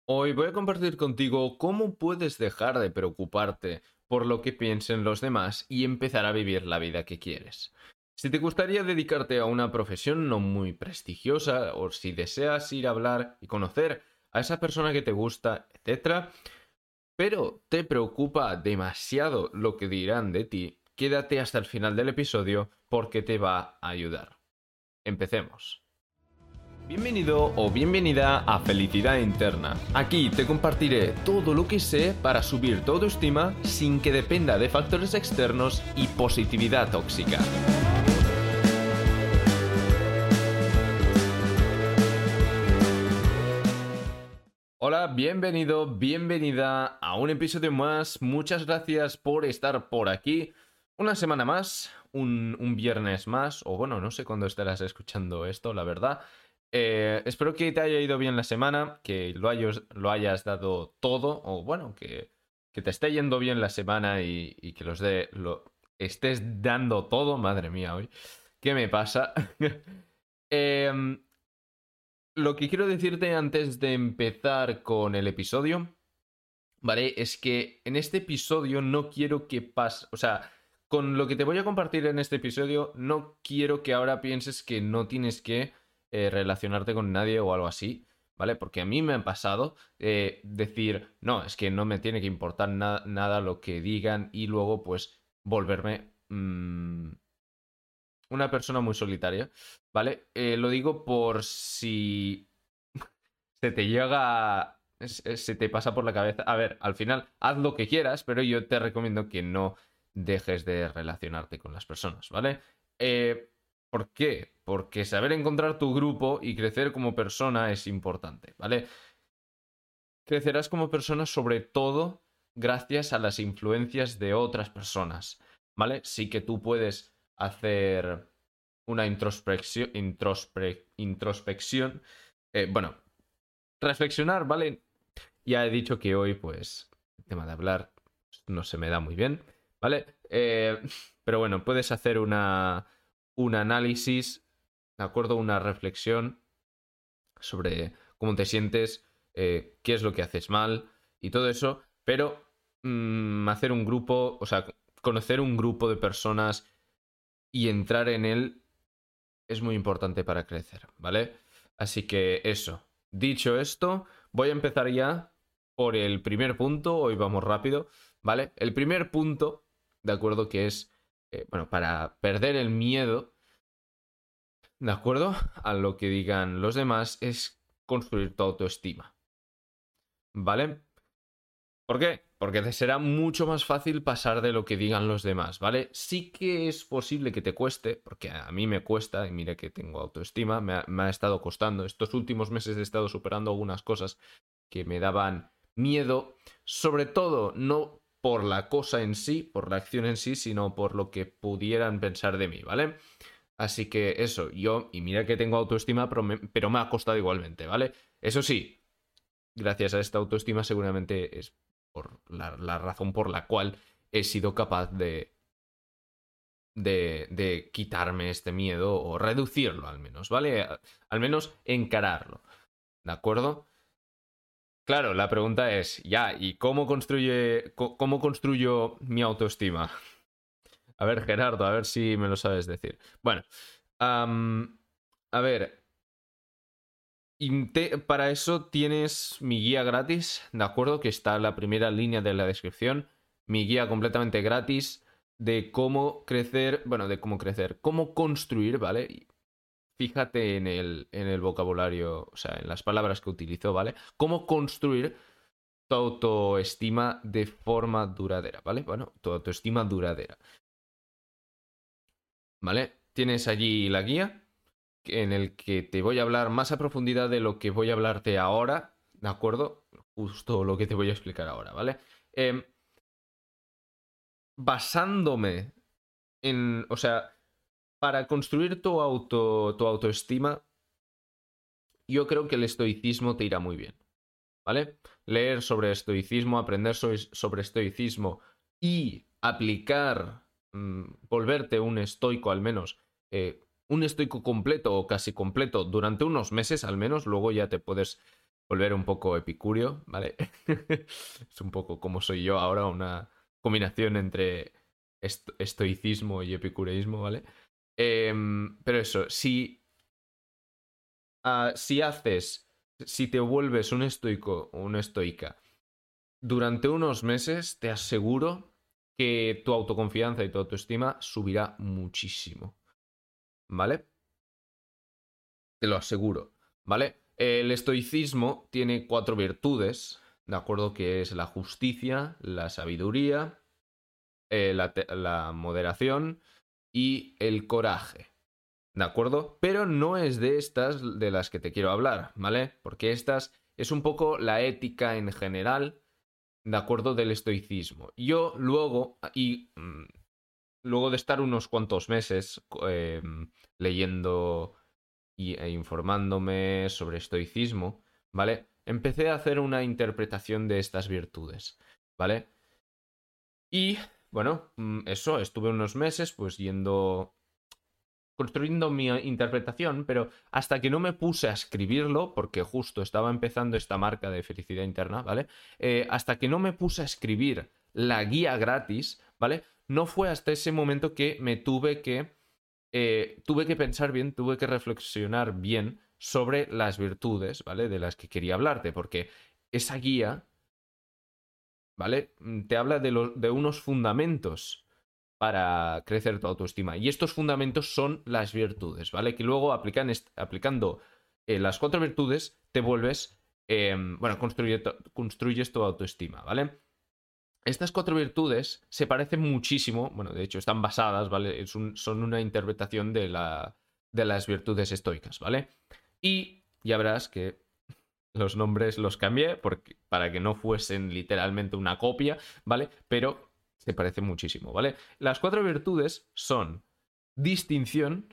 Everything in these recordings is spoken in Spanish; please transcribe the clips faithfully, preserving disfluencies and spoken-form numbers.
Hoy voy a compartir contigo cómo puedes dejar de preocuparte por lo que piensen los demás y empezar a vivir la vida que quieres. Si te gustaría dedicarte a una profesión no muy prestigiosa o si deseas ir a hablar y conocer a esa persona que te gusta, etcétera, pero te preocupa demasiado lo que dirán de ti, quédate hasta el final del episodio porque te va a ayudar. Empecemos. Bienvenido o bienvenida a Felicidad Interna. Aquí te compartiré todo lo que sé para subir tu autoestima sin que dependa de factores externos y positividad tóxica. Hola, bienvenido, bienvenida a un episodio más. Muchas gracias por estar por aquí. Una semana más, un, un viernes más, o bueno, no sé cuándo estarás escuchando esto, la verdad. Eh, espero que te haya ido bien la semana, que lo hayas, lo hayas dado todo, o bueno, que, que te esté yendo bien la semana y, y que los de, lo estés dando todo. Madre mía, hoy. ¿Qué me pasa? Em, lo que quiero decirte antes de empezar con el episodio, ¿vale? Es que en este episodio no quiero que pase, o sea, con lo que te voy a compartir en este episodio, no quiero que ahora pienses que no tienes que eh, relacionarte con nadie o algo así, ¿vale? Porque a mí me ha pasado eh, decir, no, es que no me tiene que importar na nada lo que digan y luego pues volverme mmm, una persona muy solitaria, ¿vale? Eh, lo digo por si se te llega, se te pasa por la cabeza. A ver, al final, haz lo que quieras, pero yo te recomiendo que no dejes de relacionarte con las personas, ¿vale? Eh, ¿Por qué? Porque saber encontrar tu grupo y crecer como persona es importante, ¿vale? Crecerás como persona sobre todo gracias a las influencias de otras personas, ¿vale? Sí que tú puedes hacer una introspección, introspec, introspección, eh, bueno, reflexionar, ¿vale? Ya he dicho que hoy, pues, el tema de hablar no se me da muy bien, ¿vale? Eh, pero bueno, puedes hacer una, un análisis, ¿de acuerdo? Una reflexión sobre cómo te sientes, eh, qué es lo que haces mal y todo eso, pero mmm, hacer un grupo, o sea, conocer un grupo de personas y entrar en él es muy importante para crecer, ¿vale? Así que eso. Dicho esto, voy a empezar ya por el primer punto. Hoy vamos rápido, ¿vale? El primer punto, de acuerdo, que es, eh, bueno, para perder el miedo, de acuerdo, a lo que digan los demás, es construir tu autoestima, ¿vale? ¿Por qué? Porque te será mucho más fácil pasar de lo que digan los demás, ¿vale? Sí que es posible que te cueste, porque a mí me cuesta, y mira que tengo autoestima, me ha, me ha estado costando. Estos últimos meses he estado superando algunas cosas que me daban miedo, sobre todo no por la cosa en sí, por la acción en sí, sino por lo que pudieran pensar de mí, ¿vale? Así que eso, yo, y mira que tengo autoestima, pero me, pero me ha costado igualmente, ¿vale? Eso sí, gracias a esta autoestima seguramente es por la, la razón por la cual he sido capaz de, de, de quitarme este miedo o reducirlo al menos, ¿vale? Al menos encararlo, ¿de acuerdo? Claro, la pregunta es, ya, ¿y cómo construye, cómo construyo mi autoestima? A ver, Gerardo, a ver si me lo sabes decir. Bueno, um, a ver, para eso tienes mi guía gratis, ¿de acuerdo? Que está en la primera línea de la descripción. Mi guía completamente gratis de cómo crecer, bueno, de cómo crecer, cómo construir, ¿vale? Y fíjate en el, en el vocabulario, o sea, en las palabras que utilizo, ¿vale? Cómo construir tu autoestima de forma duradera, ¿vale? Bueno, tu autoestima duradera, ¿vale? Tienes allí la guía en el que te voy a hablar más a profundidad de lo que voy a hablarte ahora, ¿de acuerdo? Justo lo que te voy a explicar ahora, ¿vale? Eh, basándome en, o sea, para construir tu, auto, tu autoestima, yo creo que el estoicismo te irá muy bien, ¿vale? Leer sobre estoicismo, aprender sobre estoicismo y aplicar, mmm, volverte un estoico al menos, eh, un estoico completo o casi completo durante unos meses al menos, luego ya te puedes volver un poco epicúreo, ¿vale? Es un poco como soy yo ahora, una combinación entre est- estoicismo y epicureísmo, ¿vale? Em, pero eso, si, ah, si haces, si te vuelves un estoico o una estoica durante unos meses, te aseguro que tu autoconfianza y tu autoestima subirá muchísimo, ¿vale? Te lo aseguro, ¿vale? El estoicismo tiene cuatro virtudes, ¿de acuerdo? Que es la justicia, la sabiduría, eh, la, te- la moderación y el coraje, ¿de acuerdo? Pero no es de estas de las que te quiero hablar, ¿vale? Porque estas es un poco la ética en general, ¿de acuerdo? Del estoicismo. Yo luego, y mm, luego de estar unos cuantos meses eh, leyendo y, e informándome sobre estoicismo, ¿vale? Empecé a hacer una interpretación de estas virtudes, ¿vale? Y bueno, mm, eso, estuve unos meses pues yendo, construyendo mi interpretación, pero hasta que no me puse a escribirlo, porque justo estaba empezando esta marca de felicidad interna, ¿vale? Eh, hasta que no me puse a escribir la guía gratis, ¿vale? No fue hasta ese momento que me tuve que eh, tuve que pensar bien, tuve que reflexionar bien sobre las virtudes, ¿vale? De las que quería hablarte, porque esa guía, ¿vale? Mm, Te habla de, los, de unos fundamentos para crecer tu autoestima. Y estos fundamentos son las virtudes, ¿vale? Que luego aplican aplicando eh, las cuatro virtudes, te vuelves, eh, bueno, construye tu, construyes tu autoestima, ¿vale? Estas cuatro virtudes se parecen muchísimo, bueno, de hecho están basadas, ¿vale? Es un, son una interpretación de, la, de las virtudes estoicas, ¿vale? Y ya verás que los nombres los cambié porque, para que no fuesen literalmente una copia, ¿vale? Pero se parecen muchísimo, ¿vale? Las cuatro virtudes son distinción,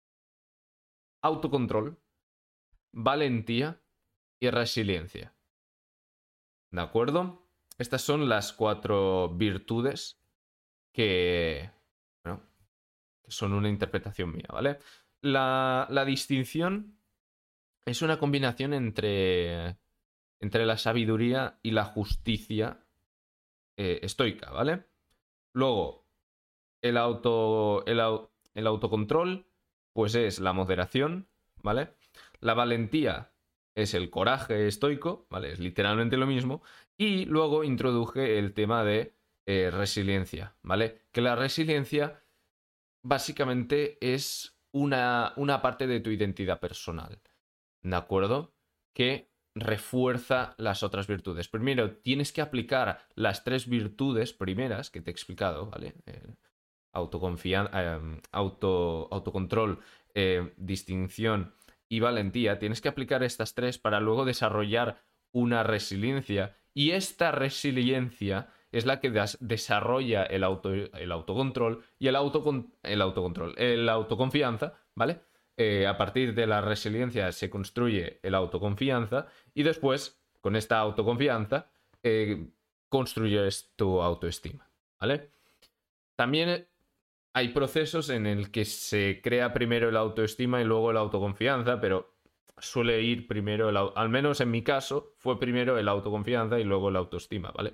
autocontrol, valentía y resiliencia. ¿De acuerdo? Estas son las cuatro virtudes que, bueno, que son una interpretación mía, ¿vale? La, la distinción es una combinación entre, entre la sabiduría y la justicia eh, estoica, ¿vale? Luego, el, auto, el, au- el autocontrol, pues es la moderación, ¿vale? La valentía es el coraje estoico, ¿vale? Es literalmente lo mismo. Y luego introduje el tema de eh, resiliencia, ¿vale? Que la resiliencia básicamente es una, una parte de tu identidad personal, ¿de acuerdo? Que refuerza las otras virtudes. Primero, tienes que aplicar las tres virtudes primeras que te he explicado, ¿vale? Eh, autoconfianza, eh, auto, autocontrol, eh, distinción y valentía. Tienes que aplicar estas tres para luego desarrollar una resiliencia. Y esta resiliencia es la que des desarrolla el, auto, el autocontrol y el, autocon el autocontrol, el autoconfianza, ¿vale? Eh, a partir de la resiliencia se construye el autoconfianza y después, con esta autoconfianza, eh, construyes tu autoestima, ¿vale? También hay procesos en el que se crea primero la autoestima y luego la autoconfianza, pero suele ir primero, el, al menos en mi caso, fue primero el autoconfianza y luego la autoestima, ¿vale?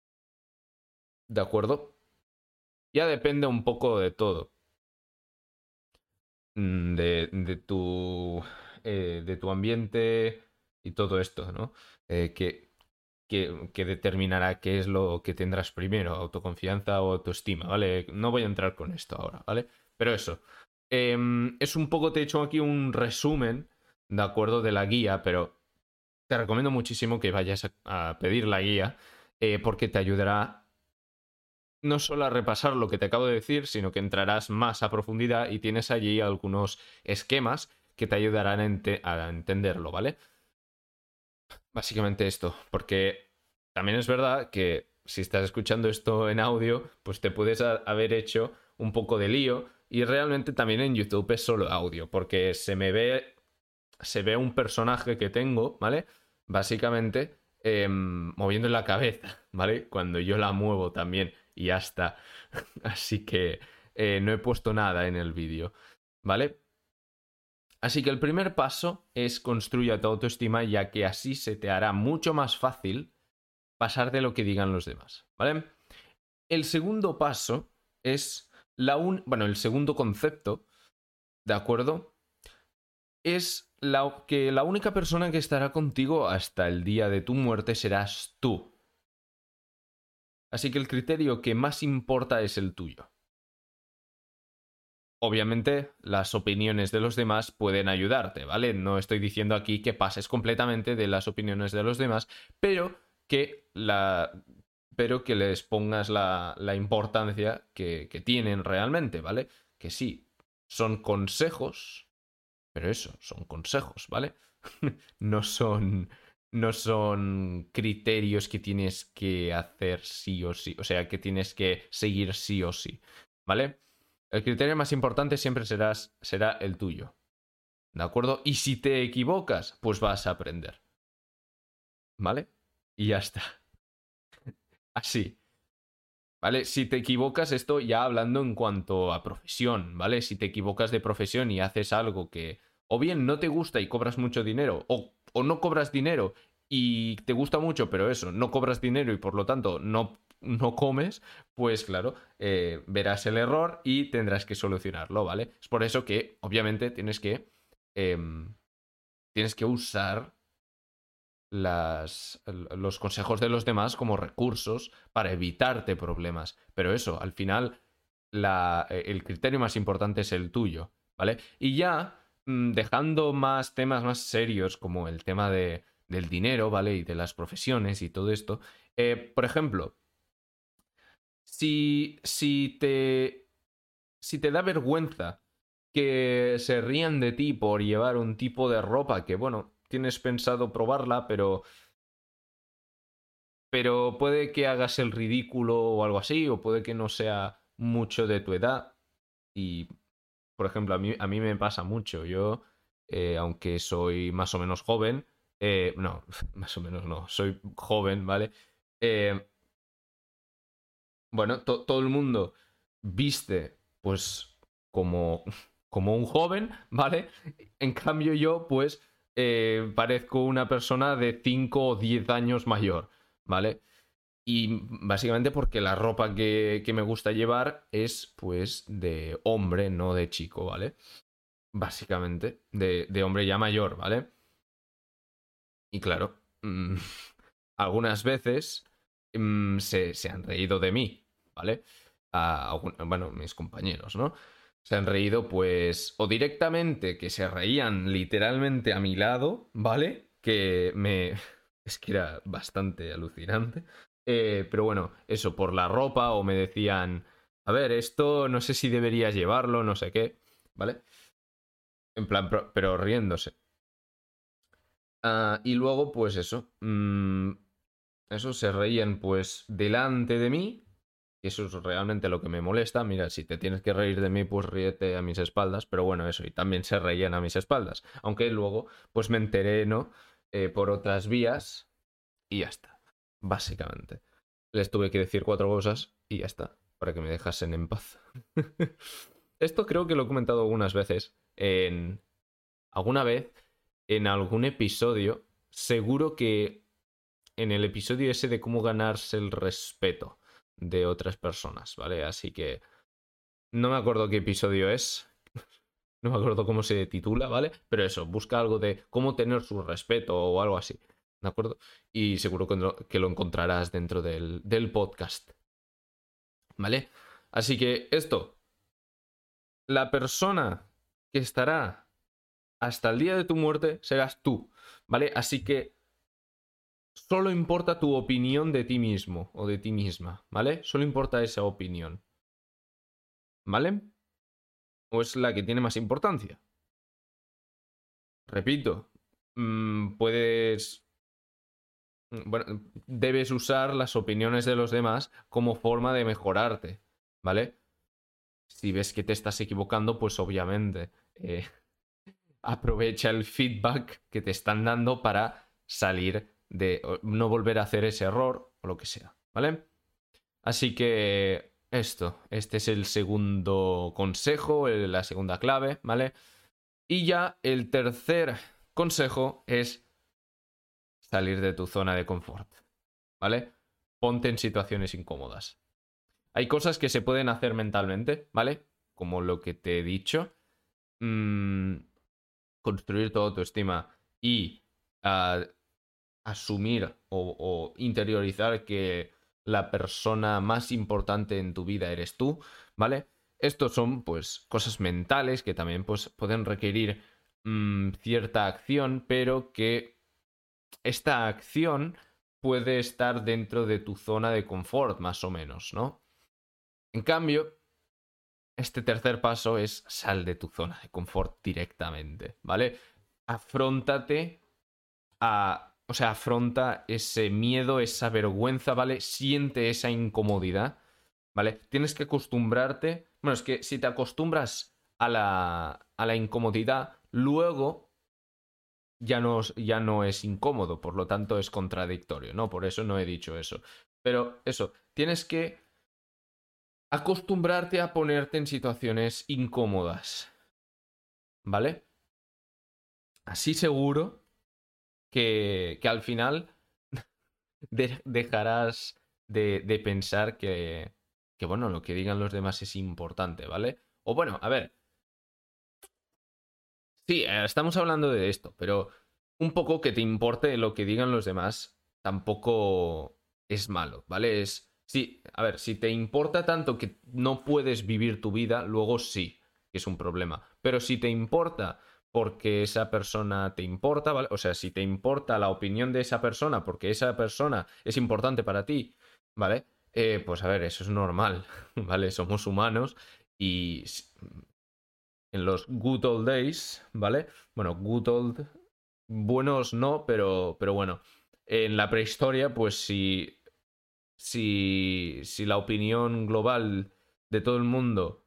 ¿De acuerdo? Ya depende un poco de todo. Mm, De, de tu, eh, de tu ambiente y todo esto, ¿no? Eh, que, que, que determinará qué es lo que tendrás primero, autoconfianza o autoestima, ¿vale? No voy a entrar con esto ahora, ¿vale? Pero eso, em, es un poco, te he hecho aquí un resumen, de acuerdo, de la guía, pero te recomiendo muchísimo que vayas a, a pedir la guía, eh, porque te ayudará no solo a repasar lo que te acabo de decir, sino que entrarás más a profundidad y tienes allí algunos esquemas que te ayudarán a, ente a entenderlo, ¿vale? Básicamente esto, porque también es verdad que si estás escuchando esto en audio, pues te puedes haber hecho un poco de lío y realmente también en YouTube es solo audio, porque se me ve, se ve un personaje que tengo, ¿vale? Básicamente eh, moviendo la cabeza, ¿vale? Cuando yo la muevo también y ya está. Así que eh, no he puesto nada en el vídeo, ¿vale? Así que el primer paso es construir tu autoestima, ya que así se te hará mucho más fácil pasar de lo que digan los demás, ¿vale? El segundo paso es la un... bueno, el segundo concepto, ¿de acuerdo? Es la... que la única persona que estará contigo hasta el día de tu muerte serás tú. Así que el criterio que más importa es el tuyo. Obviamente, las opiniones de los demás pueden ayudarte, ¿vale? No estoy diciendo aquí que pases completamente de las opiniones de los demás, pero que, la... pero que les pongas la, la importancia que, que tienen realmente, ¿vale? Que sí, son consejos, pero eso, son consejos, ¿vale? No son, no son criterios que tienes que hacer sí o sí, o sea, que tienes que seguir sí o sí, ¿vale? El criterio más importante siempre serás, será el tuyo, ¿de acuerdo? Y si te equivocas, pues vas a aprender, ¿vale? Y ya está. Así, ¿vale? Si te equivocas, esto ya hablando en cuanto a profesión, ¿vale? Si te equivocas de profesión y haces algo que o bien no te gusta y cobras mucho dinero, o, o no cobras dinero y te gusta mucho, pero eso, no cobras dinero y por lo tanto no, no comes, pues claro, eh, verás el error y tendrás que solucionarlo, ¿vale? Es por eso que, obviamente, tienes que, em, tienes que usar las, los consejos de los demás como recursos para evitarte problemas. Pero eso, al final, la, el criterio más importante es el tuyo, ¿vale? Y ya, mm, dejando más temas más serios como el tema de, del dinero, ¿vale? Y de las profesiones y todo esto. Eh, por ejemplo, si, si te, si te da vergüenza que se rían de ti por llevar un tipo de ropa que, bueno, tienes pensado probarla, pero pero puede que hagas el ridículo o algo así, o puede que no sea mucho de tu edad. Y, por ejemplo, a mí, a mí me pasa mucho. Yo, eh, aunque soy más o menos joven, eh, no, más o menos no, soy joven, ¿vale? Eh, bueno, to- todo el mundo viste, pues, como, como un joven, ¿vale? En cambio yo, pues, eh, parezco una persona de cinco o diez años mayor, ¿vale? Y básicamente porque la ropa que, que me gusta llevar es pues de hombre, no de chico, ¿vale? Básicamente, de, de hombre ya mayor, ¿vale? Y claro, mm, algunas veces mm, se, se han reído de mí, ¿vale? A algún- bueno, mis compañeros, ¿no? Se han reído pues o directamente que se reían literalmente a mi lado, ¿vale? Que me... Es que era bastante alucinante. Eh, pero bueno, eso, por la ropa o me decían, a ver, esto no sé si deberías llevarlo, no sé qué, ¿vale? En plan, pero, pero riéndose. Ah, y luego, pues eso, mm, eso se reían pues delante de mí. Y eso es realmente lo que me molesta. Mira, si te tienes que reír de mí, pues ríete a mis espaldas. Pero bueno, eso, y también se reían a mis espaldas. Aunque luego, pues me enteré, ¿no? Eh, por otras vías y ya está. Básicamente. Les tuve que decir cuatro cosas y ya está. Para que me dejasen en paz. Esto creo que lo he comentado algunas veces. En... Alguna vez, en algún episodio, seguro que en el episodio ese de cómo ganarse el respeto de otras personas, ¿vale? Así que no me acuerdo qué episodio es, no me acuerdo cómo se titula, ¿vale? Pero eso, busca algo de cómo tener su respeto o algo así, ¿de acuerdo? Y seguro que lo, que lo encontrarás dentro del, del podcast, ¿vale? Así que esto, la persona que estará hasta el día de tu muerte serás tú, ¿vale? Así que solo importa tu opinión de ti mismo o de ti misma, ¿vale? Solo importa esa opinión, ¿vale? ¿O es la que tiene más importancia? Repito, mmm, puedes... Bueno, debes usar las opiniones de los demás como forma de mejorarte, ¿vale? Si ves que te estás equivocando, pues obviamente eh, aprovecha el feedback que te están dando para salir de... no volver a hacer ese error o lo que sea, ¿vale? Así que esto, este es el segundo consejo, la segunda clave, ¿vale? Y ya el tercer consejo es salir de tu zona de confort, ¿vale? Ponte en situaciones incómodas. Hay cosas que se pueden hacer mentalmente, ¿vale? Como lo que te he dicho. Mm, construir tu autoestima y uh, asumir o, o interiorizar que la persona más importante en tu vida eres tú, ¿vale? Estos son, pues, cosas mentales que también, pues, pueden requerir mmm, cierta acción, pero que esta acción puede estar dentro de tu zona de confort, más o menos, ¿no? En cambio, este tercer paso es sal de tu zona de confort directamente, ¿vale? Afróntate a... O sea, afronta ese miedo, esa vergüenza, ¿vale? Siente esa incomodidad, ¿vale? Tienes que acostumbrarte... Bueno, es que si te acostumbras a la, a la incomodidad, luego ya no, ya no es incómodo, por lo tanto es contradictorio, ¿no? Por eso no he dicho eso. Pero eso, tienes que acostumbrarte a ponerte en situaciones incómodas, ¿vale? Así seguro que, que al final de- dejarás de, de pensar que, que, bueno, lo que digan los demás es importante, ¿vale? O bueno, a ver, sí, eh, estamos hablando de esto, pero un poco que te importe lo que digan los demás tampoco es malo, ¿vale? Es, sí, a ver, si te importa tanto que no puedes vivir tu vida, luego sí, que es un problema. Pero si te importa porque esa persona te importa, ¿vale? O sea, si te importa la opinión de esa persona porque esa persona es importante para ti, ¿vale? Eh, pues a ver, eso es normal, ¿vale? Somos humanos y en los good old days, ¿vale? Bueno, good old, buenos no, pero, pero bueno, en la prehistoria, pues si, si, si la opinión global de todo el mundo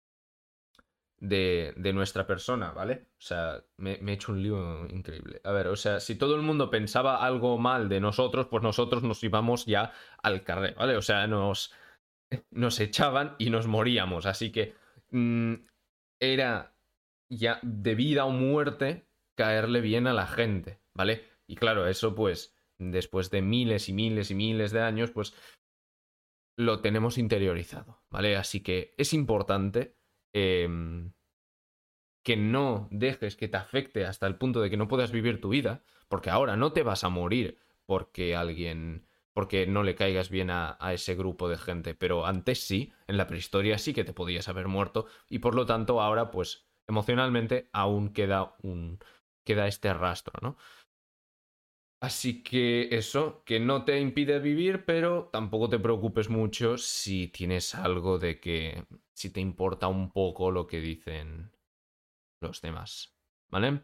de, de nuestra persona, ¿vale? O sea, me, me he hecho un lío increíble. A ver, o sea, si todo el mundo pensaba algo mal de nosotros, pues nosotros nos íbamos ya al carrer, ¿vale? O sea, nos, nos echaban y nos moríamos. Así que mmm, era ya de vida o muerte caerle bien a la gente, ¿vale? Y claro, eso pues después de miles y miles y miles de años, pues lo tenemos interiorizado, ¿vale? Así que es importante eh, que no dejes que te afecte hasta el punto de que no puedas vivir tu vida, porque ahora no te vas a morir porque alguien, porque no le caigas bien a, a ese grupo de gente, pero antes sí, en la prehistoria sí que te podías haber muerto y por lo tanto ahora pues emocionalmente aún queda un, queda este rastro, ¿no? Así que eso, que no te impide vivir, pero tampoco te preocupes mucho si tienes algo de que, si te importa un poco lo que dicen los demás, ¿vale?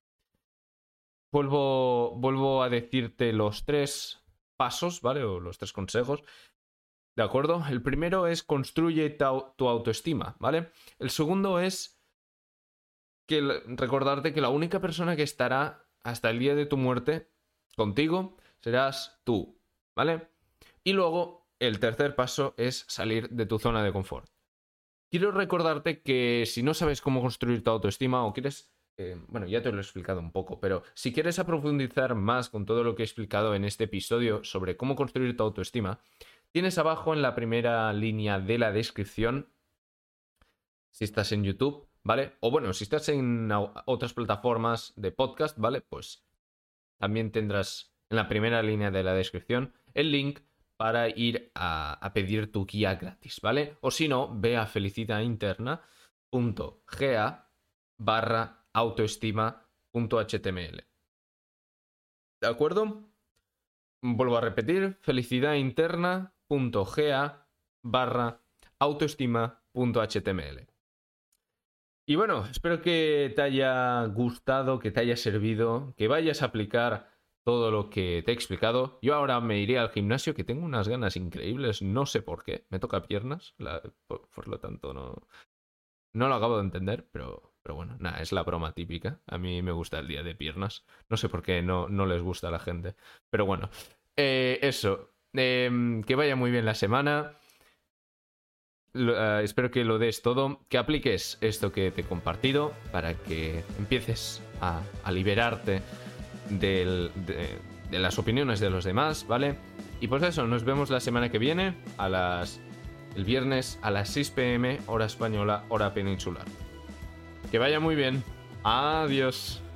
Vuelvo, vuelvo a decirte los tres pasos, ¿vale? O los tres consejos, ¿de acuerdo? El primero es construye tu, tu autoestima, ¿vale? El segundo es que recordarte que la única persona que estará hasta el día de tu muerte contigo serás tú, ¿vale? Y luego el tercer paso es salir de tu zona de confort. Quiero recordarte que si no sabes cómo construir tu autoestima o quieres... Eh, bueno, ya te lo he explicado un poco, pero si quieres profundizar más con todo lo que he explicado en este episodio sobre cómo construir tu autoestima, tienes abajo en la primera línea de la descripción, si estás en YouTube, ¿vale? O bueno, si estás en otras plataformas de podcast, ¿vale? Pues también tendrás en la primera línea de la descripción el link para ir a, a pedir tu guía gratis, ¿vale? O si no, ve a felicidainterna.ga barra autoestima.html. ¿De acuerdo? Vuelvo a repetir, felicidainterna.ga barra autoestima.html. Y bueno, espero que te haya gustado, que te haya servido, que vayas a aplicar todo lo que te he explicado. Yo ahora me iré al gimnasio, que tengo unas ganas increíbles, no sé por qué. Me toca piernas, la, por, por, lo tanto no, no lo acabo de entender, pero, pero bueno, nada, es la broma típica. A mí me gusta el día de piernas. No sé por qué no, no les gusta a la gente. Pero bueno, eh, eso. Eh, que vaya muy bien la semana. lo, uh, espero que lo des todo, que apliques esto que te he compartido para que empieces a, a liberarte del, de, de las opiniones de los demás, ¿vale? Y pues eso, nos vemos la semana que viene, a las, el viernes a las seis pm, hora española, hora peninsular. Que vaya muy bien. Adiós.